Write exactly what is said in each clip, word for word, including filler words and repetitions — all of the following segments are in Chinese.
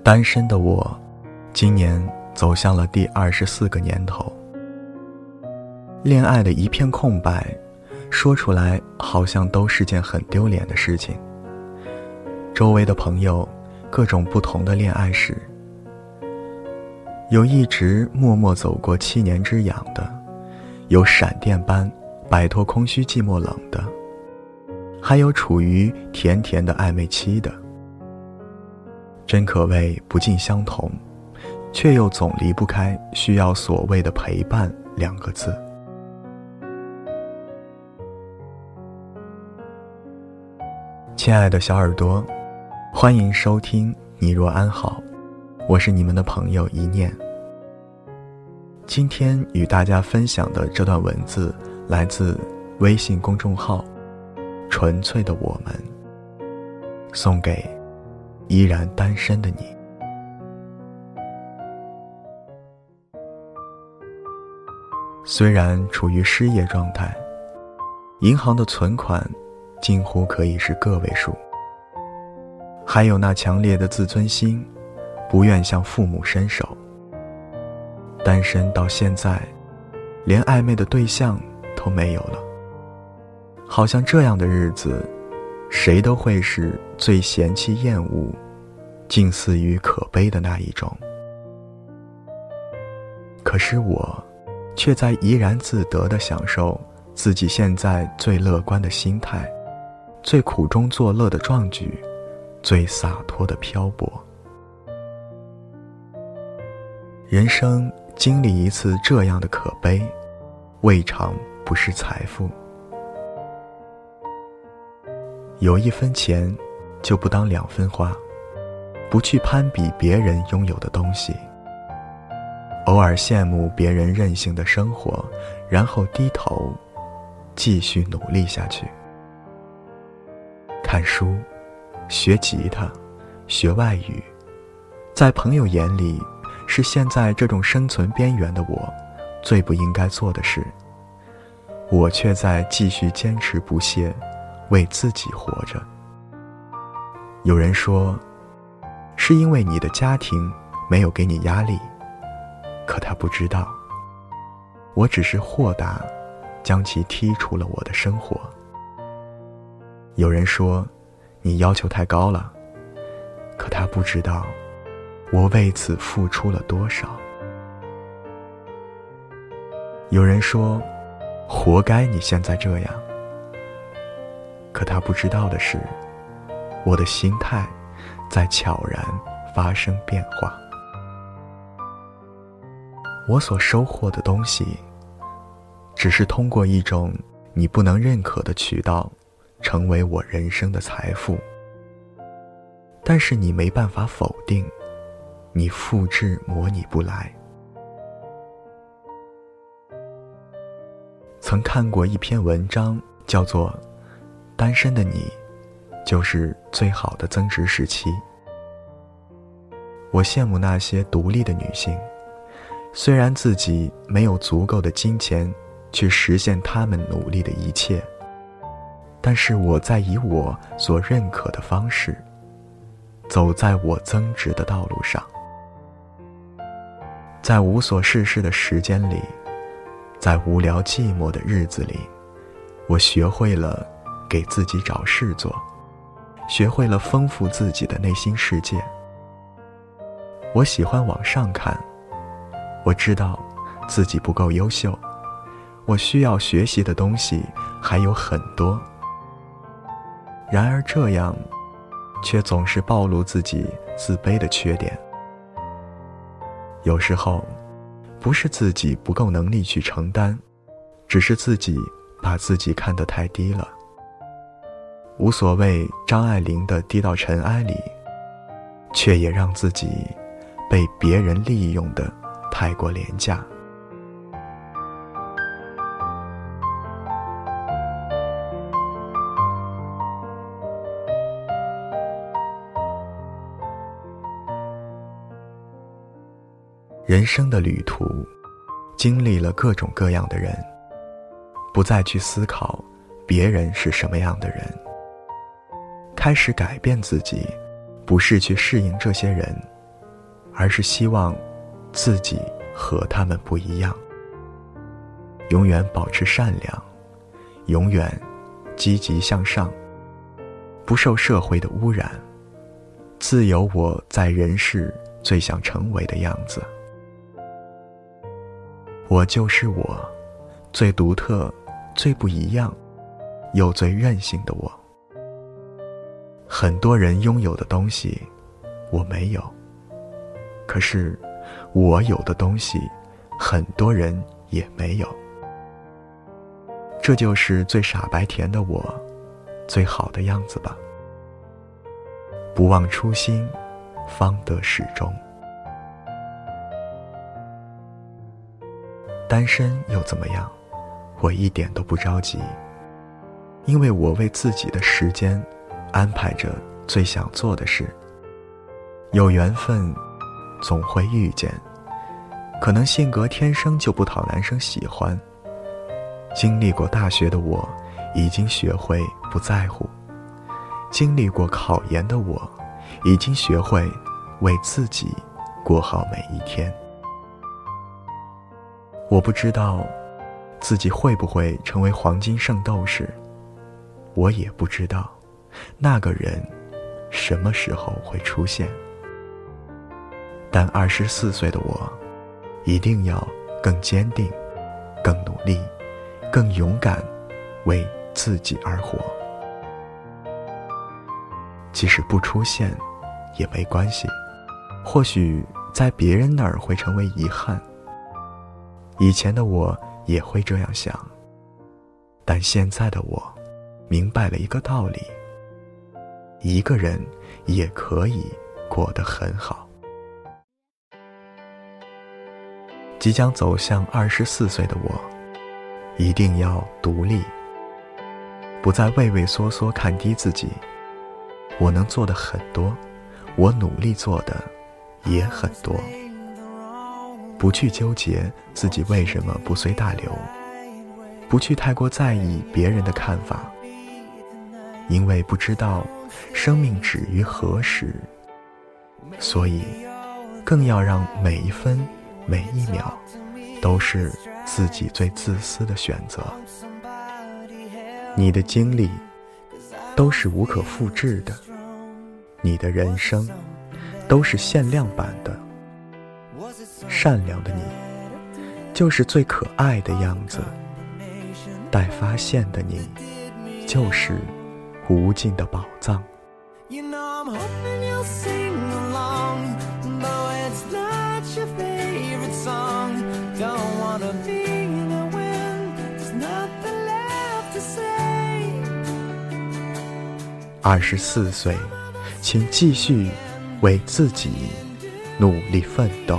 单身的我，今年走向了第二十四个年头。恋爱的一片空白，说出来好像都是件很丢脸的事情。周围的朋友，各种不同的恋爱史，有一直默默走过七年之痒的，有闪电般摆脱空虚寂寞冷的，还有处于甜甜的暧昧期的。真可谓不尽相同，却又总离不开需要所谓的陪伴两个字。亲爱的小耳朵，欢迎收听你若安好，我是你们的朋友一念。今天与大家分享的这段文字来自微信公众号纯粹的我们，送给依然单身的你。虽然处于失业状态，银行的存款近乎可以是个位数，还有那强烈的自尊心，不愿向父母伸手。单身到现在，连暧昧的对象都没有了，好像这样的日子，谁都会是最嫌弃厌恶，近似于可悲的那一种。可是我却在怡然自得地享受自己现在最乐观的心态，最苦中作乐的壮举，最洒脱的漂泊。人生经历一次这样的可悲，未尝不是财富。有一分钱，就不当两分花，不去攀比别人拥有的东西，偶尔羡慕别人任性的生活，然后低头继续努力下去。看书，学吉他，学外语，在朋友眼里，是现在这种生存边缘的我最不应该做的事，我却在继续坚持不懈，为自己活着。有人说，是因为你的家庭没有给你压力，可他不知道，我只是豁达将其剔除了我的生活。有人说，你要求太高了，可他不知道，我为此付出了多少。有人说，活该你现在这样，可他不知道的是，我的心态在悄然发生变化。我所收获的东西，只是通过一种你不能认可的渠道，成为我人生的财富。但是你没办法否定，你复制模拟不来。曾看过一篇文章，叫做《单身的你就是最好的增值时期》。我羡慕那些独立的女性，虽然自己没有足够的金钱去实现她们努力的一切，但是我在以我所认可的方式，走在我增值的道路上。在无所事事的时间里，在无聊寂寞的日子里，我学会了给自己找事做，学会了丰富自己的内心世界。我喜欢往上看，我知道自己不够优秀，我需要学习的东西还有很多。然而这样，却总是暴露自己自卑的缺点。有时候，不是自己不够能力去承担，只是自己把自己看得太低了。无所谓张爱玲的低到尘埃里，却也让自己被别人利用的太过廉价。人生的旅途，经历了各种各样的人，不再去思考别人是什么样的人，开始改变自己，不是去适应这些人， 而是希望自己和他们不一样，永远保持善良，永远积极向上，不受社会的污染，自由我在人世最想成为的样子。我就是我，最独特，最不一样，又最任性的我。很多人拥有的东西我没有，可是我有的东西很多人也没有。这就是最傻白甜的我，最好的样子吧。不忘初心，方得始终。单身又怎么样？我一点都不着急，因为我为自己的时间安排着最想做的事。有缘分总会遇见，可能性格天生就不讨男生喜欢。经历过大学的我已经学会不在乎，经历过考研的我已经学会为自己过好每一天。我不知道自己会不会成为黄金圣斗士，我也不知道那个人什么时候会出现，但二十四岁的我一定要更坚定，更努力，更勇敢，为自己而活。即使不出现也没关系，或许在别人那儿会成为遗憾。以前的我也会这样想，但现在的我明白了一个道理，一个人也可以过得很好。即将走向二十四岁的我，一定要独立，不再畏畏缩缩看低自己。我能做的很多，我努力做的也很多。不去纠结自己为什么不随大流，不去太过在意别人的看法，因为不知道生命止于何时，所以更要让每一分每一秒都是自己最自私的选择。你的经历都是无可复制的，你的人生都是限量版的。善良的你就是最可爱的样子，待发现的你就是无尽的宝藏。二十四岁，请继续为自己努力奋斗。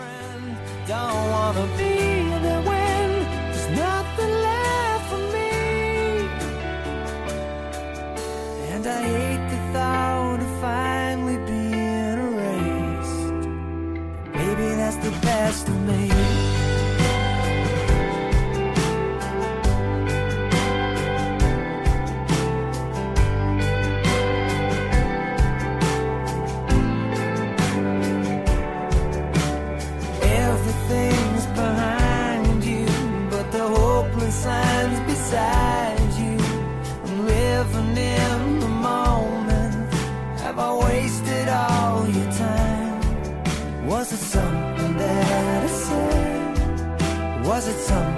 signs beside you. I'm living in the moment. Have I wasted all your time? Was it something that I said? Was it something